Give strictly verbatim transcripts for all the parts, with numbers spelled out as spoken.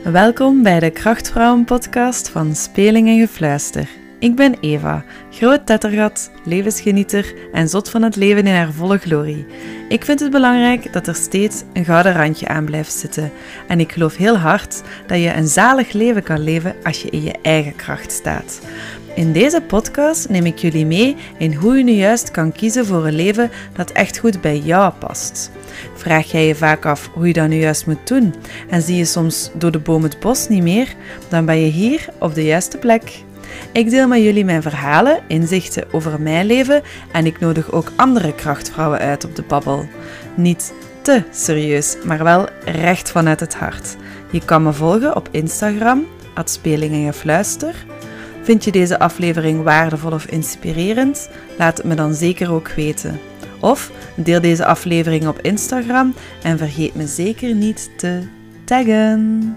Welkom bij de Krachtvrouwen-podcast van Speling en Gefluister. Ik ben Eva, groot tettergat, levensgenieter en zot van het leven in haar volle glorie. Ik vind het belangrijk dat er steeds een gouden randje aan blijft zitten. En ik geloof heel hard dat je een zalig leven kan leven als je in je eigen kracht staat. In deze podcast neem ik jullie mee in hoe je nu juist kan kiezen voor een leven dat echt goed bij jou past. Vraag jij je vaak af hoe je dat nu juist moet doen en zie je soms door de boom het bos niet meer, dan ben je hier op de juiste plek. Ik deel met jullie mijn verhalen, inzichten over mijn leven en ik nodig ook andere krachtvrouwen uit op de babbel. Niet te serieus, maar wel recht vanuit het hart. Je kan me volgen op Instagram, at Speling en Gefluister. Vind je deze aflevering waardevol of inspirerend? Laat het me dan zeker ook weten. Of deel deze aflevering op Instagram en vergeet me zeker niet te taggen.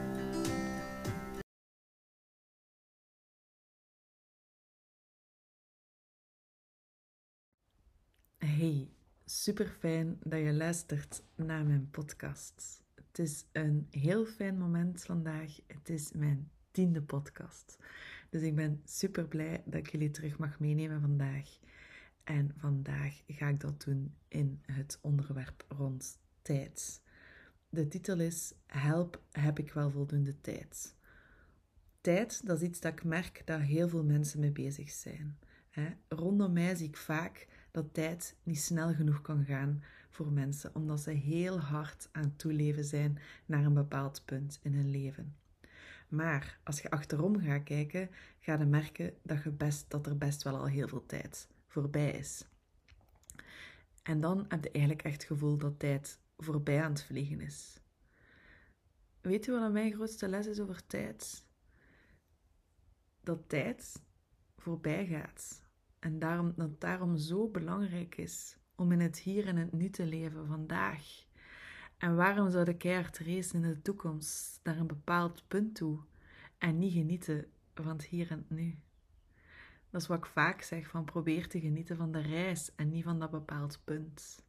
Hey, super fijn dat je luistert naar mijn podcast. Het is een heel fijn moment vandaag. Het is mijn tiende podcast. Dus ik ben super blij dat ik jullie terug mag meenemen vandaag. En vandaag ga ik dat doen in het onderwerp rond tijd. De titel is Help, heb ik wel voldoende tijd? Tijd, dat is iets dat ik merk dat heel veel mensen mee bezig zijn. Rondom mij zie ik vaak dat tijd niet snel genoeg kan gaan voor mensen, omdat ze heel hard aan het toeleven zijn naar een bepaald punt in hun leven. Maar als je achterom gaat kijken, ga je merken dat, je best, dat er best wel al heel veel tijd voorbij is. En dan heb je eigenlijk echt het gevoel dat tijd voorbij aan het vliegen is. Weet je wat mijn grootste les is over tijd? Dat tijd voorbij gaat. En daarom, dat het daarom zo belangrijk is om in het hier en het nu te leven vandaag. En waarom zou de keihard racen in de toekomst naar een bepaald punt toe en niet genieten van het hier en het nu? Dat is wat ik vaak zeg, van probeer te genieten van de reis en niet van dat bepaald punt.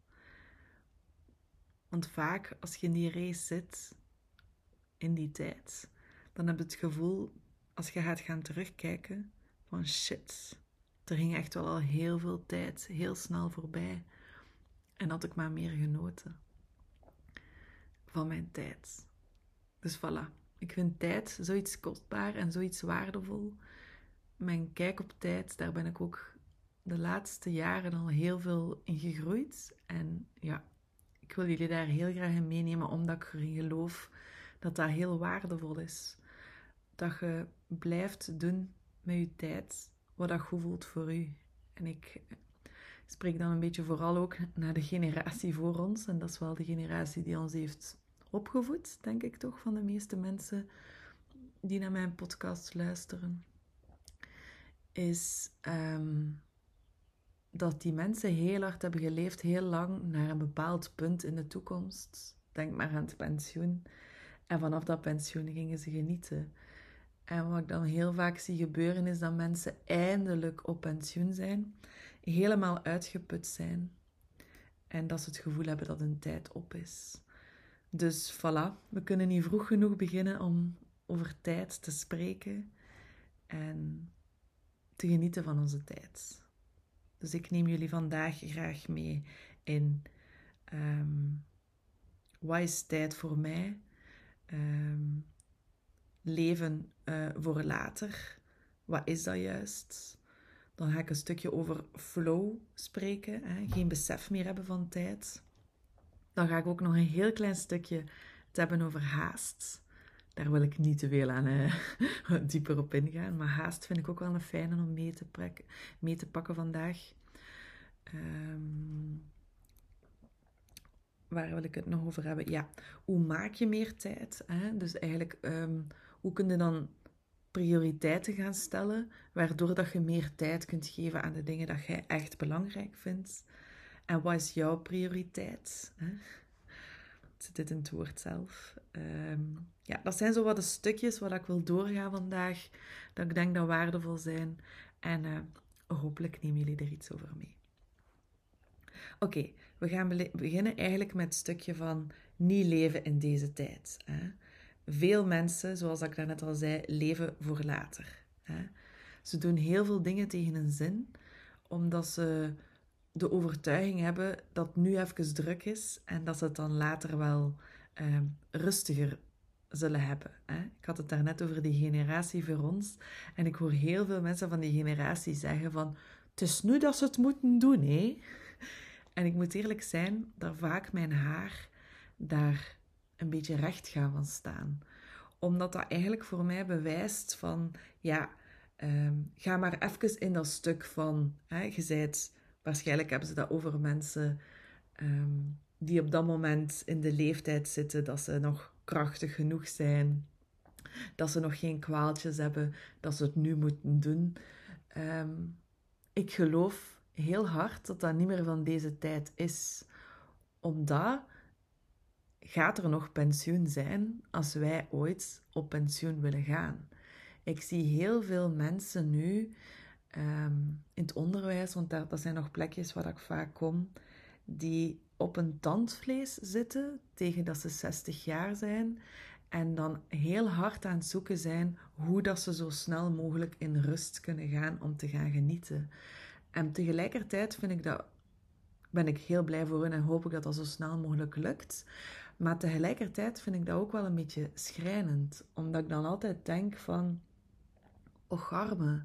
Want vaak als je in die race zit, in die tijd, dan heb je het gevoel, als je gaat gaan terugkijken, van shit, er ging echt wel al heel veel tijd, heel snel voorbij. En had ik maar meer genoten van mijn tijd. Dus voilà, ik vind tijd zoiets kostbaar en zoiets waardevol. Mijn kijk op tijd, daar ben ik ook de laatste jaren al heel veel in gegroeid. En ja, ik wil jullie daar heel graag in meenemen, omdat ik erin geloof dat dat heel waardevol is. Dat je blijft doen met je tijd wat dat goed voelt voor u. En ik spreek dan een beetje vooral ook naar de generatie voor ons. En dat is wel de generatie die ons heeft opgevoed, denk ik toch, van de meeste mensen die naar mijn podcast luisteren. Is um, dat die mensen heel hard hebben geleefd, heel lang, naar een bepaald punt in de toekomst. Denk maar aan het pensioen. En vanaf dat pensioen gingen ze genieten. En wat ik dan heel vaak zie gebeuren, is dat mensen eindelijk op pensioen zijn, helemaal uitgeput zijn. En dat ze het gevoel hebben dat hun tijd op is. Dus voilà, we kunnen niet vroeg genoeg beginnen om over tijd te spreken en te genieten van onze tijd. Dus ik neem jullie vandaag graag mee in um, wat is tijd voor mij? Um, leven uh, voor later. Wat is dat juist? Dan ga ik een stukje over flow spreken. Hè? Geen besef meer hebben van tijd. Dan ga ik ook nog een heel klein stukje het hebben over haast. Daar wil ik niet te veel aan uh, dieper op ingaan. Maar haast vind ik ook wel een fijne om mee te, prek, mee te pakken vandaag. Um, waar wil ik het nog over hebben? Ja, hoe maak je meer tijd? Hè? Dus eigenlijk, um, hoe kun je dan prioriteiten gaan stellen, waardoor dat je meer tijd kunt geven aan de dingen dat jij echt belangrijk vindt? En wat is jouw prioriteit? Hè? Zit dit in het woord zelf? Um, ja, dat zijn zo wat de stukjes wat ik wil doorgaan vandaag, dat ik denk dat waardevol zijn. En uh, hopelijk nemen jullie er iets over mee. Oké, okay, we gaan be- beginnen eigenlijk met het stukje van niet leven in deze tijd. Hè? veel mensen, zoals ik daarnet al zei, leven voor later. Hè? Ze doen heel veel dingen tegen een zin, omdat ze de overtuiging hebben dat het nu even druk is en dat ze het dan later wel uh, rustiger zullen hebben. Hè? Ik had het daarnet over die generatie voor ons en ik hoor heel veel mensen van die generatie zeggen van het is nu dat ze het moeten doen, hè? En ik moet eerlijk zijn, dat vaak mijn haar daar een beetje recht gaan van staan. Omdat dat eigenlijk voor mij bewijst van, ja, um, ga maar even in dat stuk van, hè, je zei het, waarschijnlijk hebben ze dat over mensen um, die op dat moment in de leeftijd zitten, dat ze nog krachtig genoeg zijn, dat ze nog geen kwaaltjes hebben, dat ze het nu moeten doen. Um, ik geloof heel hard dat dat niet meer van deze tijd is. Omdat gaat er nog pensioen zijn als wij ooit op pensioen willen gaan. Ik zie heel veel mensen nu um, in het onderwijs, want dat, dat zijn nog plekjes waar ik vaak kom, die op een tandvlees zitten tegen dat ze zestig jaar zijn en dan heel hard aan het zoeken zijn hoe dat ze zo snel mogelijk in rust kunnen gaan om te gaan genieten. En tegelijkertijd vind ik dat, ben ik heel blij voor hen en hoop ik dat dat zo snel mogelijk lukt. Maar tegelijkertijd vind ik dat ook wel een beetje schrijnend. Omdat ik dan altijd denk van, och arme,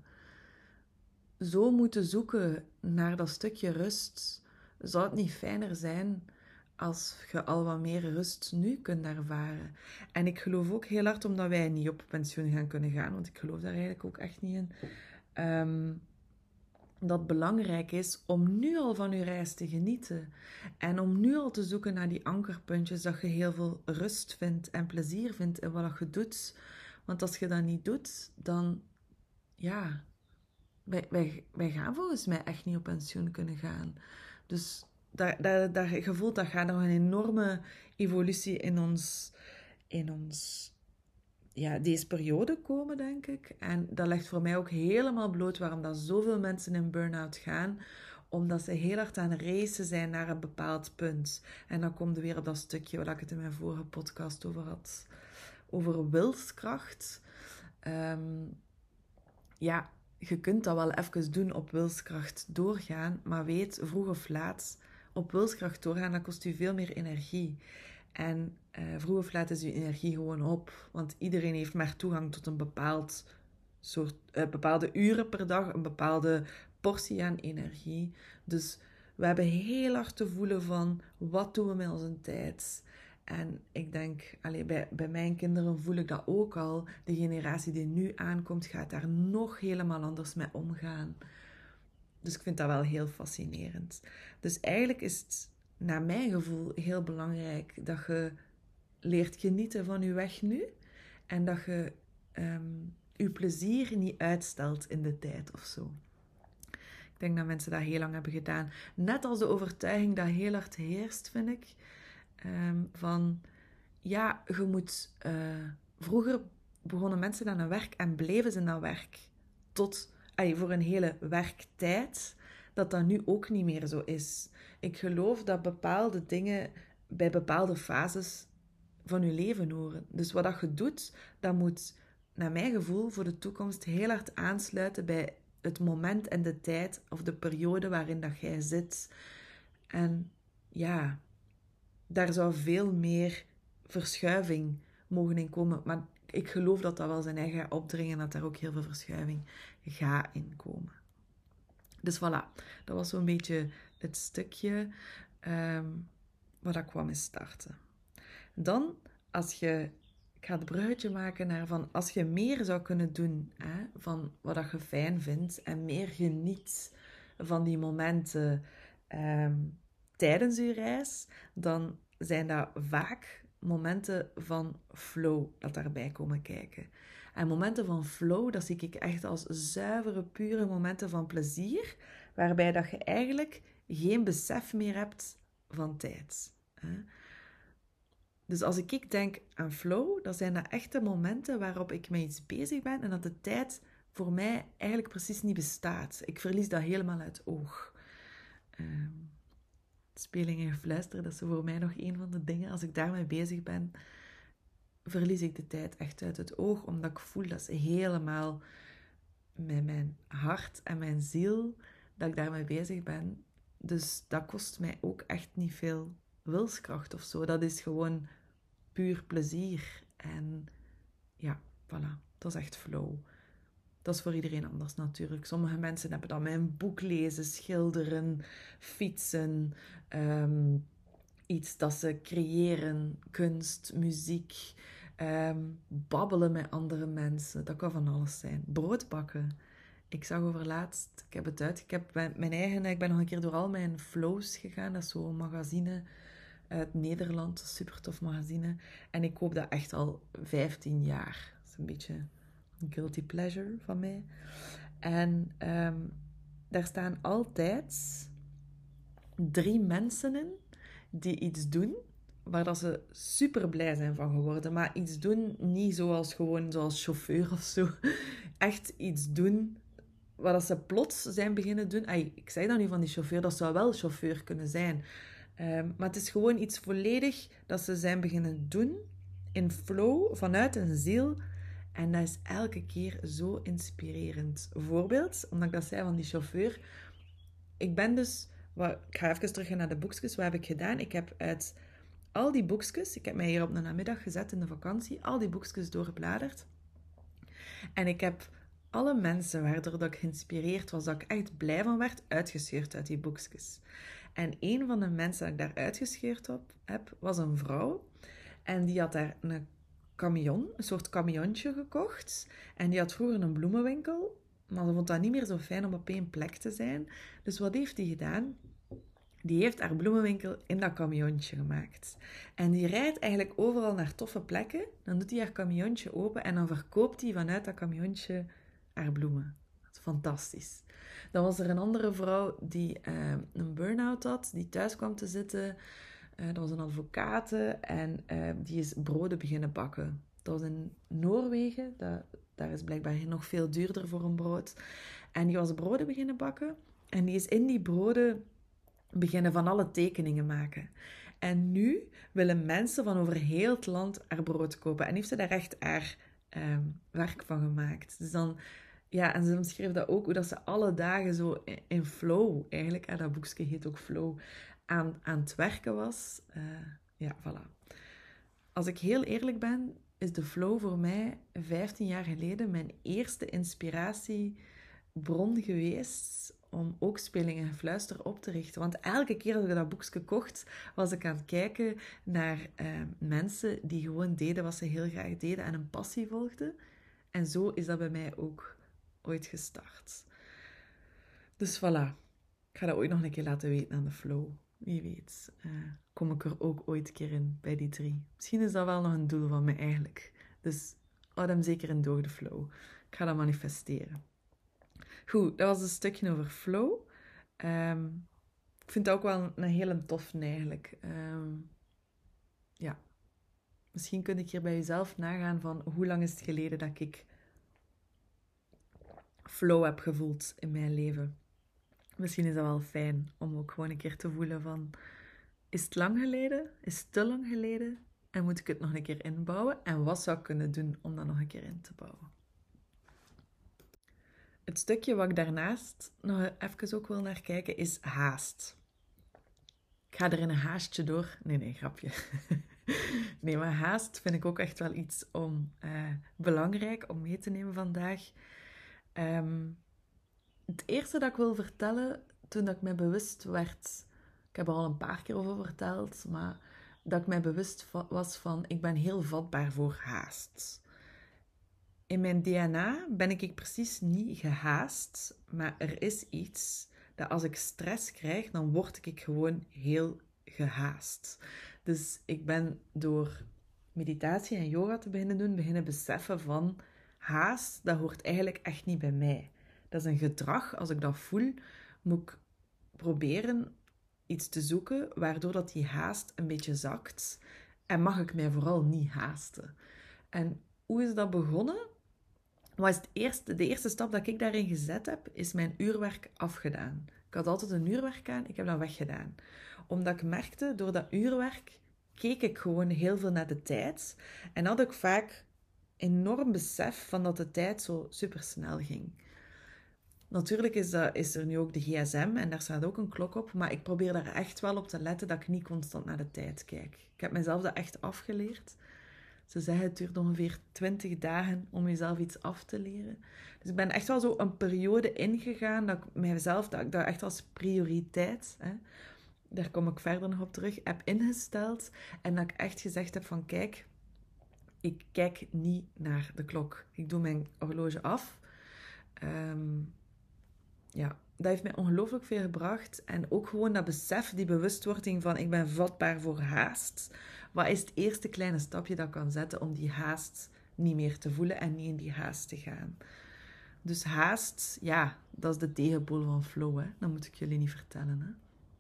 zo moeten zoeken naar dat stukje rust. Zou het niet fijner zijn als je al wat meer rust nu kunt ervaren? En ik geloof ook heel hard, omdat wij niet op pensioen gaan kunnen gaan, want ik geloof daar eigenlijk ook echt niet in, um, dat het belangrijk is om nu al van je reis te genieten. En om nu al te zoeken naar die ankerpuntjes, dat je heel veel rust vindt en plezier vindt in wat je doet. Want als je dat niet doet, dan, ja, wij, wij, wij gaan volgens mij echt niet op pensioen kunnen gaan. Dus daar, daar, daar, je voelt dat gaat nog een enorme evolutie in ons, in ons ja, deze periode komen, denk ik. En dat legt voor mij ook helemaal bloot waarom dat zoveel mensen in burn-out gaan. Omdat ze heel hard aan racen zijn naar een bepaald punt. En dan komt er weer op dat stukje waar ik het in mijn vorige podcast over had. Over wilskracht. Um, ja, je kunt dat wel even doen op wilskracht doorgaan. Maar weet, vroeg of laat, op wilskracht doorgaan, dat kost u veel meer energie. En uh, vroeg of laat is je energie gewoon op. Want iedereen heeft maar toegang tot een bepaald soort, uh, bepaalde uren per dag, een bepaalde portie aan energie. Dus we hebben heel hard te voelen van, wat doen we met onze tijd? En ik denk, allee, bij, bij mijn kinderen voel ik dat ook al. De generatie die nu aankomt, gaat daar nog helemaal anders mee omgaan. Dus ik vind dat wel heel fascinerend. Dus eigenlijk is het, naar mijn gevoel, heel belangrijk dat je leert genieten van je weg nu. En dat je um, je plezier niet uitstelt in de tijd of zo. Ik denk dat mensen dat heel lang hebben gedaan. Net als de overtuiging dat heel hard heerst, vind ik. Um, van, ja, je moet... Uh, vroeger begonnen mensen aan een werk en bleven ze in dat werk. Tot, ay, voor een hele werktijd. Dat dat nu ook niet meer zo is. Ik geloof dat bepaalde dingen bij bepaalde fases van je leven horen. Dus wat dat je doet, dat moet, naar mijn gevoel, voor de toekomst heel hard aansluiten bij het moment en de tijd of de periode waarin dat jij zit. En ja, daar zou veel meer verschuiving mogen in komen. Maar ik geloof dat dat wel zijn eigen gaat opdringen en dat daar ook heel veel verschuiving gaat in komen. Dus voilà, dat was zo'n beetje het stukje um, waar ik kwam mee starten. Dan, als je, ik ga het bruggetje maken naar van, als je meer zou kunnen doen hè, van wat dat je fijn vindt en meer geniet van die momenten um, tijdens je reis, dan zijn dat vaak momenten van flow dat daarbij komen kijken. En momenten van flow, dat zie ik echt als zuivere, pure momenten van plezier, waarbij dat je eigenlijk geen besef meer hebt van tijd. Dus als ik denk aan flow, dan zijn dat echte momenten waarop ik met iets bezig ben en dat de tijd voor mij eigenlijk precies niet bestaat. Ik verlies dat helemaal uit oog. Um, speling en fluisteren, dat is voor mij nog een van de dingen. Als ik daarmee bezig ben, verlies ik de tijd echt uit het oog, omdat ik voel dat is helemaal met mijn hart en mijn ziel dat ik daarmee bezig ben. Dus dat kost mij ook echt niet veel wilskracht of zo. Dat is gewoon puur plezier. En ja, voilà, dat is echt flow. Dat is voor iedereen anders natuurlijk. Sommige mensen hebben dat met een boek lezen, schilderen, fietsen, um, iets dat ze creëren, kunst, muziek, um, babbelen met andere mensen. Dat kan van alles zijn. Brood bakken. Ik zag overlaatst, ik heb het uit, ik heb mijn eigen, ik ben nog een keer door al mijn flows gegaan. Dat is zo'n magazine uit Nederland, een super tof magazine. En ik koop dat echt al vijftien jaar. Dat is een beetje een guilty pleasure van mij. En um, daar staan altijd drie mensen in die iets doen waar dat ze super blij zijn van geworden. Maar iets doen niet zoals gewoon zoals chauffeur of zo. Echt iets doen waar dat ze plots zijn beginnen doen. Ay, ik zei dan niet van die chauffeur, dat zou wel chauffeur kunnen zijn. Um, maar het is gewoon iets volledig dat ze zijn beginnen doen in flow, vanuit hun ziel. En dat is elke keer zo inspirerend. Voorbeeld, omdat ik dat zei van die chauffeur. Ik ben dus... Wat, ik ga even terug naar de boekjes. Wat heb ik gedaan? Ik heb uit al die boekjes... Ik heb mij hier op de namiddag gezet in de vakantie. Al die boekjes doorgebladerd. En ik heb alle mensen waardoor dat ik geïnspireerd was, dat ik echt blij van werd, uitgescheurd uit die boekjes. En een van de mensen dat ik daar uitgescheurd heb, was een vrouw. En die had daar een camion, een soort camiontje gekocht. En die had vroeger een bloemenwinkel. Maar ze vond dat niet meer zo fijn om op één plek te zijn. Dus wat heeft die gedaan? Die heeft haar bloemenwinkel in dat camiontje gemaakt. En die rijdt eigenlijk overal naar toffe plekken. Dan doet hij haar camiontje open en dan verkoopt hij vanuit dat camiontje haar bloemen. Dat is fantastisch. Dan was er een andere vrouw die uh, een burn-out had, die thuis kwam te zitten. Uh, dat was een advocate en uh, die is broden beginnen bakken. Dat was in Noorwegen. Dat, daar is blijkbaar nog veel duurder voor een brood. En die was broden beginnen bakken. En die is in die broden beginnen van alle tekeningen maken. En nu willen mensen van over heel het land haar brood kopen. En heeft ze daar echt haar um, werk van gemaakt. Dus dan... Ja, en ze omschreef dat ook, hoe dat ze alle dagen zo in flow, eigenlijk, en dat boekje heet ook Flow, aan, aan het werken was. Uh, ja, voilà. Als ik heel eerlijk ben, is de flow voor mij vijftien jaar geleden mijn eerste inspiratiebron geweest om ook Speling en Gefluister op te richten. Want elke keer dat ik dat boekje kocht, was ik aan het kijken naar uh, mensen die gewoon deden wat ze heel graag deden en een passie volgden. En zo is dat bij mij ook ooit gestart. Dus voilà. Ik ga dat ooit nog een keer laten weten aan de flow. Wie weet. Uh, kom ik er ook ooit een keer in bij die drie. Misschien is dat wel nog een doel van mij eigenlijk. Dus houd hem zeker in door de flow. Ik ga dat manifesteren. Goed, dat was een stukje over flow. Um, ik vind het ook wel een, een hele toffe eigenlijk. Um, ja. Misschien kun ik hier bij jezelf nagaan van hoe lang is het geleden dat ik flow heb gevoeld in mijn leven. Misschien is dat wel fijn om ook gewoon een keer te voelen van... Is het lang geleden? Is het te lang geleden? En moet ik het nog een keer inbouwen? En wat zou ik kunnen doen om dat nog een keer in te bouwen? Het stukje wat ik daarnaast nog even ook wil naar kijken is haast. Ik ga er in een haastje door. Nee, nee, grapje. Nee, maar haast vind ik ook echt wel iets om uh, belangrijk om mee te nemen vandaag. Um, het eerste dat ik wil vertellen, toen dat ik mij bewust werd... Ik heb er al een paar keer over verteld, maar dat ik mij bewust was van... Ik ben heel vatbaar voor haast. In mijn D N A ben ik precies niet gehaast, maar er is iets dat als ik stress krijg, dan word ik gewoon heel gehaast. Dus ik ben door meditatie en yoga te beginnen doen, beginnen beseffen van haast, dat hoort eigenlijk echt niet bij mij. Dat is een gedrag, als ik dat voel, moet ik proberen iets te zoeken, waardoor dat die haast een beetje zakt. En mag ik mij vooral niet haasten. En hoe is dat begonnen? Wat is het eerste, de eerste stap dat ik daarin gezet heb, is mijn uurwerk afgedaan. Ik had altijd een uurwerk aan, ik heb dat weggedaan. Omdat ik merkte, door dat uurwerk keek ik gewoon heel veel naar de tijd. En had ik vaak enorm besef van dat de tijd zo supersnel ging. Natuurlijk is, dat, is er nu ook de gsm en daar staat ook een klok op, maar ik probeer daar echt wel op te letten dat ik niet constant naar de tijd kijk. Ik heb mezelf dat echt afgeleerd. Ze zeggen het duurt ongeveer twintig dagen om jezelf iets af te leren. Dus ik ben echt wel zo een periode ingegaan dat ik mijzelf, dat ik dat echt als prioriteit, hè, daar kom ik verder nog op terug, heb ingesteld. En dat ik echt gezegd heb van kijk, ik kijk niet naar de klok. Ik doe mijn horloge af. Um, ja, dat heeft mij ongelooflijk veel gebracht. En ook gewoon dat besef, die bewustwording van ik ben vatbaar voor haast. Wat is het eerste kleine stapje dat ik kan zetten om die haast niet meer te voelen en niet in die haast te gaan? Dus haast, ja, dat is de tegenpool van flow, hè. Dat moet ik jullie niet vertellen, hè.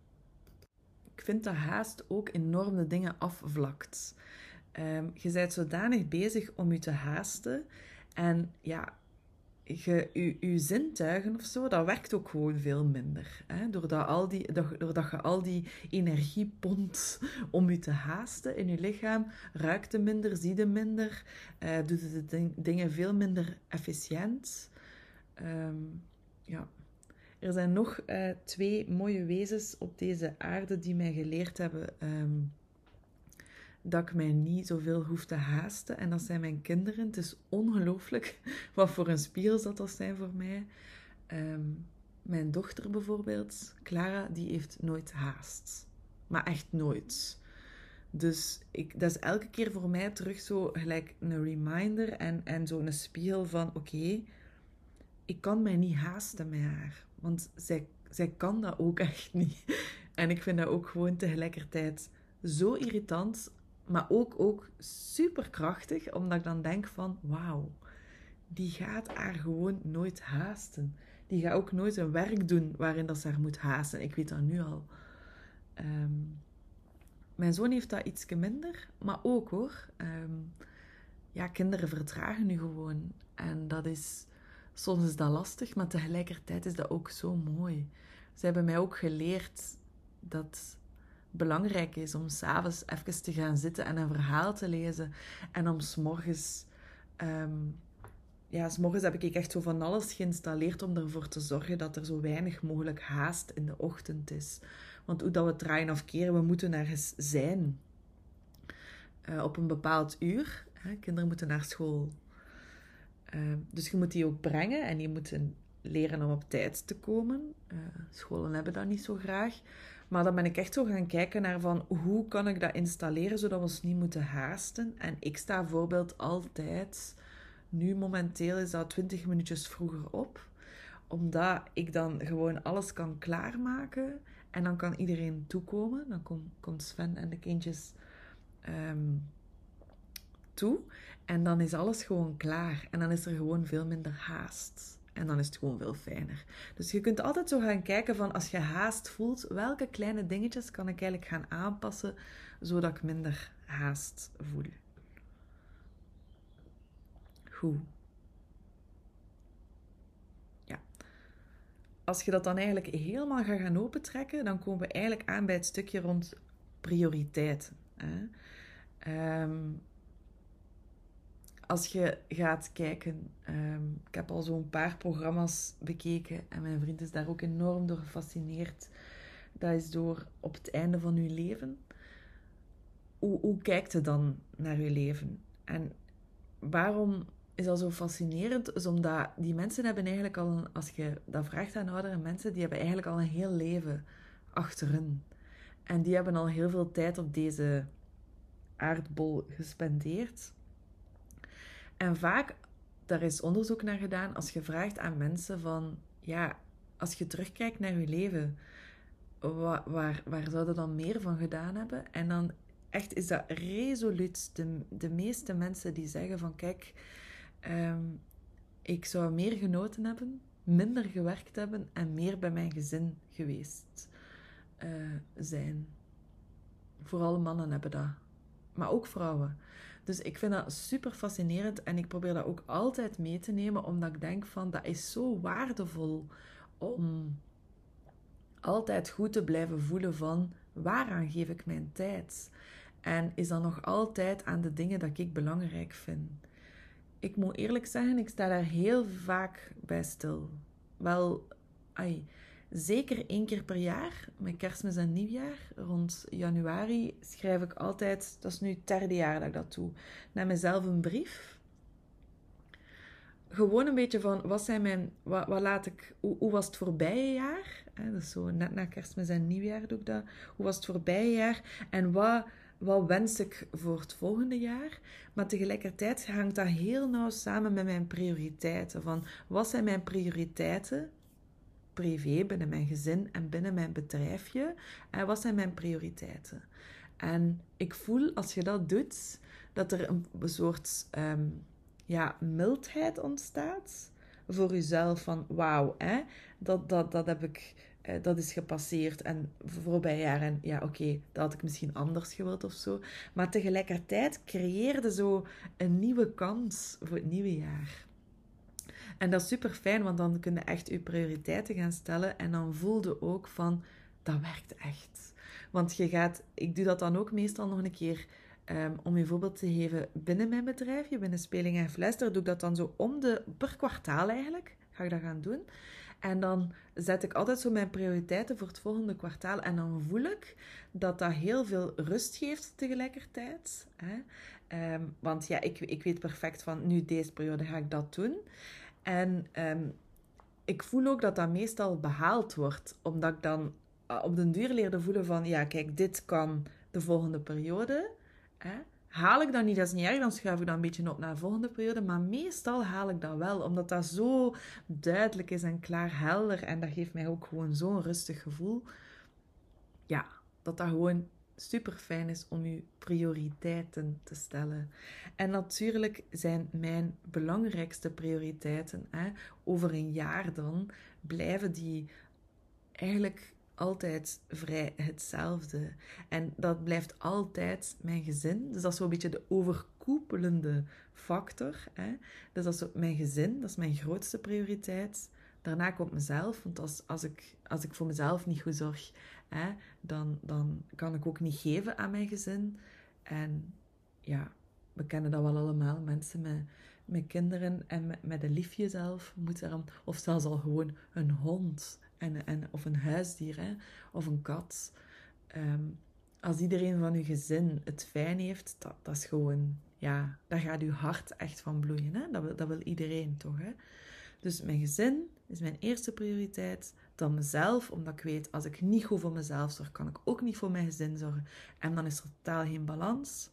Ik vind dat haast ook enorm de dingen afvlakt. Um, je bent zodanig bezig om je te haasten. En ja, je, je, je zintuigen of zo, dat werkt ook gewoon veel minder. Hè? Doordat, al die, doordat je al die energie pompt om je te haasten in je lichaam, ruikt je minder, zie je minder, uh, doet het de dingen veel minder efficiënt. Um, ja. Er zijn nog uh, twee mooie wezens op deze aarde die mij geleerd hebben um, dat ik mij niet zoveel hoef te haasten. En dat zijn mijn kinderen. Het is ongelooflijk wat voor een spiegels dat, dat zijn voor mij. Um, mijn dochter bijvoorbeeld, Clara, die heeft nooit haast. Maar echt nooit. Dus ik, dat is elke keer voor mij terug zo gelijk een reminder en, en zo'n spiegel van oké, okay, ik kan mij niet haasten met haar. Want zij, zij kan dat ook echt niet. En ik vind dat ook gewoon tegelijkertijd zo irritant, maar ook, ook super krachtig, omdat ik dan denk van wauw, die gaat haar gewoon nooit haasten. Die gaat ook nooit een werk doen waarin dat ze haar moet haasten. Ik weet dat nu al. Um, mijn zoon heeft dat ietsje minder, maar ook hoor. Um, ja, kinderen vertragen nu gewoon. En dat is, soms is dat lastig, maar tegelijkertijd is dat ook zo mooi. Ze hebben mij ook geleerd dat belangrijk is om 's avonds even te gaan zitten en een verhaal te lezen. En om 's morgens... Um, ja, 's morgens heb ik echt zo van alles geïnstalleerd om ervoor te zorgen dat er zo weinig mogelijk haast in de ochtend is. Want hoe dat we draaien of keren, we moeten ergens zijn. Uh, op een bepaald uur. Hè? Kinderen moeten naar school. Uh, dus je moet die ook brengen en die moeten leren om op tijd te komen. Uh, scholen hebben dat niet zo graag. Maar dan ben ik echt zo gaan kijken naar van hoe kan ik dat installeren zodat we ons niet moeten haasten. En ik sta bijvoorbeeld altijd, nu momenteel is dat twintig minuutjes vroeger op. Omdat ik dan gewoon alles kan klaarmaken. En dan kan iedereen toekomen. Dan kom, komt Sven en de kindjes um, toe. En dan is alles gewoon klaar. En dan is er gewoon veel minder haast. En dan is het gewoon veel fijner. Dus je kunt altijd zo gaan kijken van als je haast voelt, welke kleine dingetjes kan ik eigenlijk gaan aanpassen, zodat ik minder haast voel. Goed. Ja. Als je dat dan eigenlijk helemaal gaat gaan opentrekken, dan komen we eigenlijk aan bij het stukje rond prioriteiten. Hè? Um, Als je gaat kijken, um, ik heb al zo'n paar programma's bekeken en mijn vriend is daar ook enorm door gefascineerd. Dat is door op het einde van je leven. Hoe, hoe kijkt je dan naar je leven? En waarom is dat zo fascinerend? Is omdat die mensen hebben eigenlijk al, een, als je dat vraagt aan oudere mensen, die hebben eigenlijk al een heel leven achter hun. En die hebben al heel veel tijd op deze aardbol gespendeerd. En vaak, daar is onderzoek naar gedaan, als je vraagt aan mensen van, ja, als je terugkijkt naar je leven, waar, waar, waar zou je dan meer van gedaan hebben? En dan echt is dat resoluut de, de meeste mensen die zeggen van, kijk, um, ik zou meer genoten hebben, minder gewerkt hebben en meer bij mijn gezin geweest uh, zijn. Vooral mannen hebben dat, maar ook vrouwen. Dus ik vind dat super fascinerend en ik probeer dat ook altijd mee te nemen, omdat ik denk van, dat is zo waardevol om altijd goed te blijven voelen van, waaraan geef ik mijn tijd? En is dan nog altijd aan de dingen dat ik belangrijk vind. Ik moet eerlijk zeggen, ik sta daar heel vaak bij stil. Wel, ai, zeker één keer per jaar, met Kerstmis en Nieuwjaar, rond januari, schrijf ik altijd, dat is nu het derde jaar dat ik dat doe, naar mezelf een brief. Gewoon een beetje van, wat zijn mijn, wat, wat laat ik, hoe, hoe was het voorbije jaar? Hè, dus zo, net na Kerstmis en Nieuwjaar doe ik dat. Hoe was het voorbije jaar? En wat, wat wens ik voor het volgende jaar? Maar tegelijkertijd hangt dat heel nauw samen met mijn prioriteiten. Van, wat zijn mijn prioriteiten? Privé, binnen mijn gezin en binnen mijn bedrijfje. En wat zijn mijn prioriteiten? En ik voel, als je dat doet, dat er een soort... Um, ja, mildheid ontstaat voor jezelf van wauw, hè, dat, dat, dat heb ik, eh, dat is gepasseerd en voorbij jaren, ja oké, okay, dat had ik misschien anders gewild of zo, maar tegelijkertijd creëerde zo een nieuwe kans voor het nieuwe jaar. En dat is super fijn, want dan kun je echt je prioriteiten gaan stellen en dan voel je ook van, dat werkt echt. Want je gaat, ik doe dat dan ook meestal nog een keer. Um, om je een voorbeeld te geven, binnen mijn bedrijfje, binnen Speling en Fluister, doe ik dat dan zo om de, per kwartaal eigenlijk, ga ik dat gaan doen. En dan zet ik altijd zo mijn prioriteiten voor het volgende kwartaal en dan voel ik dat dat heel veel rust geeft tegelijkertijd. Hè? Um, want ja, ik, ik weet perfect van, nu deze periode ga ik dat doen. En um, ik voel ook dat dat meestal behaald wordt, omdat ik dan uh, op den duur leerde voelen van, ja kijk, dit kan de volgende periode. Hè? Haal ik dat niet, dat is niet erg, dan schuif ik dat een beetje op naar de volgende periode. Maar meestal haal ik dat wel, omdat dat zo duidelijk is en klaar helder. En dat geeft mij ook gewoon zo'n rustig gevoel. Ja, dat dat gewoon super fijn is om je prioriteiten te stellen. En natuurlijk zijn mijn belangrijkste prioriteiten, hè, over een jaar dan, blijven die eigenlijk altijd vrij hetzelfde. En dat blijft altijd mijn gezin. Dus dat is zo'n beetje de overkoepelende factor. Hè? Dus dat is mijn gezin, dat is mijn grootste prioriteit. Daarna komt mezelf, want als, als, ik, als ik voor mezelf niet goed zorg, hè, dan, dan kan ik ook niet geven aan mijn gezin. En ja, we kennen dat wel allemaal. Mensen met, met kinderen en met, met een liefje zelf, moet er een, of zelfs al gewoon een hond. En, en, of een huisdier, hè, of een kat. Um, als iedereen van uw gezin het fijn heeft, dat, dat is gewoon, ja, daar gaat uw hart echt van bloeien. Hè? Dat, wil, dat wil iedereen toch, hè? Dus mijn gezin is mijn eerste prioriteit. Dan mezelf, omdat ik weet, als ik niet goed voor mezelf zorg, kan ik ook niet voor mijn gezin zorgen. En dan is er totaal geen balans.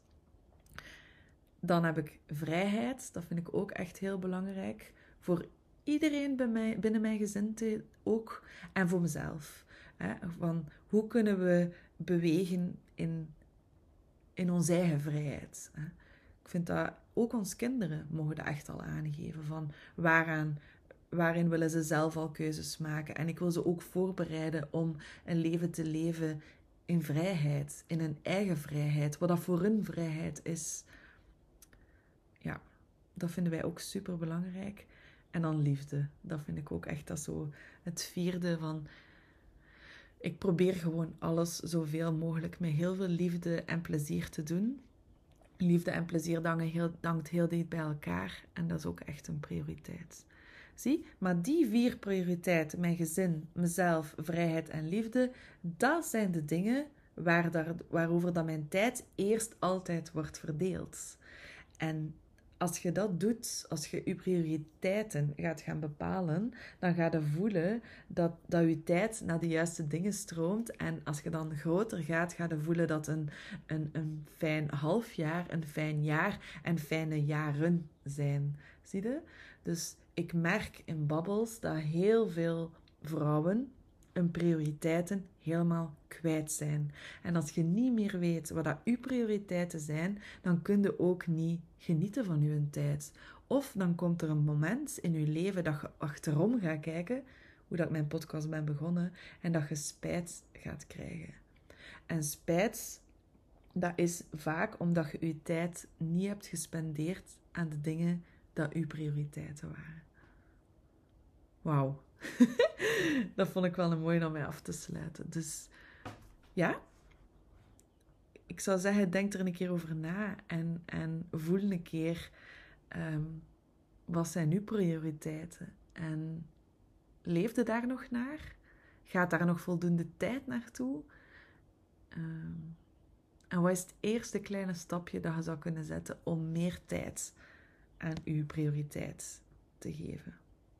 Dan heb ik vrijheid, dat vind ik ook echt heel belangrijk. Voor iedereen bij mij, binnen mijn gezin te, ook. En voor mezelf. Hè? Van, hoe kunnen we bewegen in, in onze eigen vrijheid? Hè? Ik vind dat ook ons kinderen mogen dat echt al aangeven. Van waaraan, waarin willen ze zelf al keuzes maken. En ik wil ze ook voorbereiden om een leven te leven in vrijheid. In een eigen vrijheid. Wat dat voor hun vrijheid is. Ja, dat vinden wij ook super belangrijk. En dan liefde. Dat vind ik ook echt dat zo het vierde van... Ik probeer gewoon alles zoveel mogelijk met heel veel liefde en plezier te doen. Liefde en plezier danken heel, dankt heel dicht bij elkaar. En dat is ook echt een prioriteit. Zie? Maar die vier prioriteiten, mijn gezin, mezelf, vrijheid en liefde, dat zijn de dingen waar daar, waarover dat mijn tijd eerst altijd wordt verdeeld. En als je dat doet, als je je prioriteiten gaat gaan bepalen, dan ga je voelen dat, dat je tijd naar de juiste dingen stroomt. En als je dan groter gaat, ga je voelen dat een, een, een fijn half jaar, een fijn jaar en fijne jaren zijn. Zie je? Dus ik merk in Babbels dat heel veel vrouwen hun prioriteiten helemaal kwijt zijn. En als je niet meer weet wat dat uw prioriteiten zijn, dan kun je ook niet genieten van uw tijd. Of dan komt er een moment in je leven dat je achterom gaat kijken, hoe dat ik mijn podcast ben begonnen, en dat je spijt gaat krijgen. En spijt, dat is vaak omdat je je tijd niet hebt gespendeerd aan de dingen dat uw prioriteiten waren. Wauw. Dat vond ik wel een mooi om mij af te sluiten. Dus ja, ik zou zeggen, denk er een keer over na en, en voel een keer um, wat zijn uw prioriteiten en leefde daar nog naar? Gaat daar nog voldoende tijd naartoe? Um, en wat is het eerste kleine stapje dat je zou kunnen zetten om meer tijd aan uw prioriteit te geven?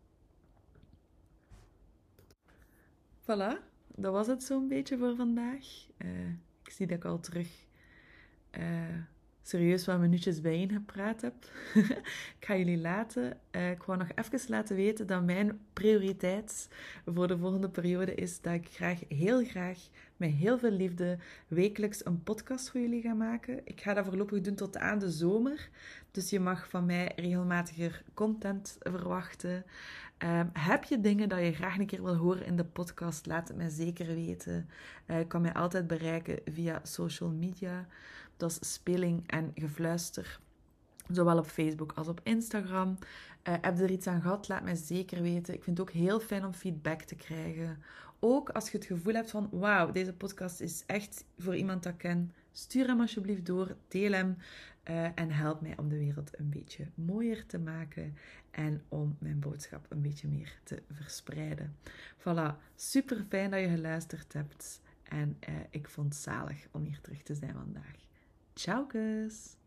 Voilà, dat was het zo'n beetje voor vandaag. Uh, ik zie dat ik al terug uh, serieus wat minuutjes bijeen gepraat heb. Ik ga jullie laten. Uh, ik wou nog even laten weten dat mijn prioriteit voor de volgende periode is dat ik graag, heel graag, met heel veel liefde, wekelijks een podcast voor jullie ga maken. Ik ga dat voorlopig doen tot aan de zomer. Dus je mag van mij regelmatiger content verwachten. Um, heb je dingen dat je graag een keer wil horen in de podcast? Laat het mij zeker weten. Uh, je kan mij altijd bereiken via social media. Dat is Speling en Gefluister. Zowel op Facebook als op Instagram. Uh, heb je er iets aan gehad? Laat mij zeker weten. Ik vind het ook heel fijn om feedback te krijgen. Ook als je het gevoel hebt van, wauw, deze podcast is echt voor iemand dat ik ken. Stuur hem alsjeblieft door, deel hem uh, en help mij om de wereld een beetje mooier te maken en om mijn boodschap een beetje meer te verspreiden. Voilà, super fijn dat je geluisterd hebt en uh, ik vond het zalig om hier terug te zijn vandaag. Ciao, kus!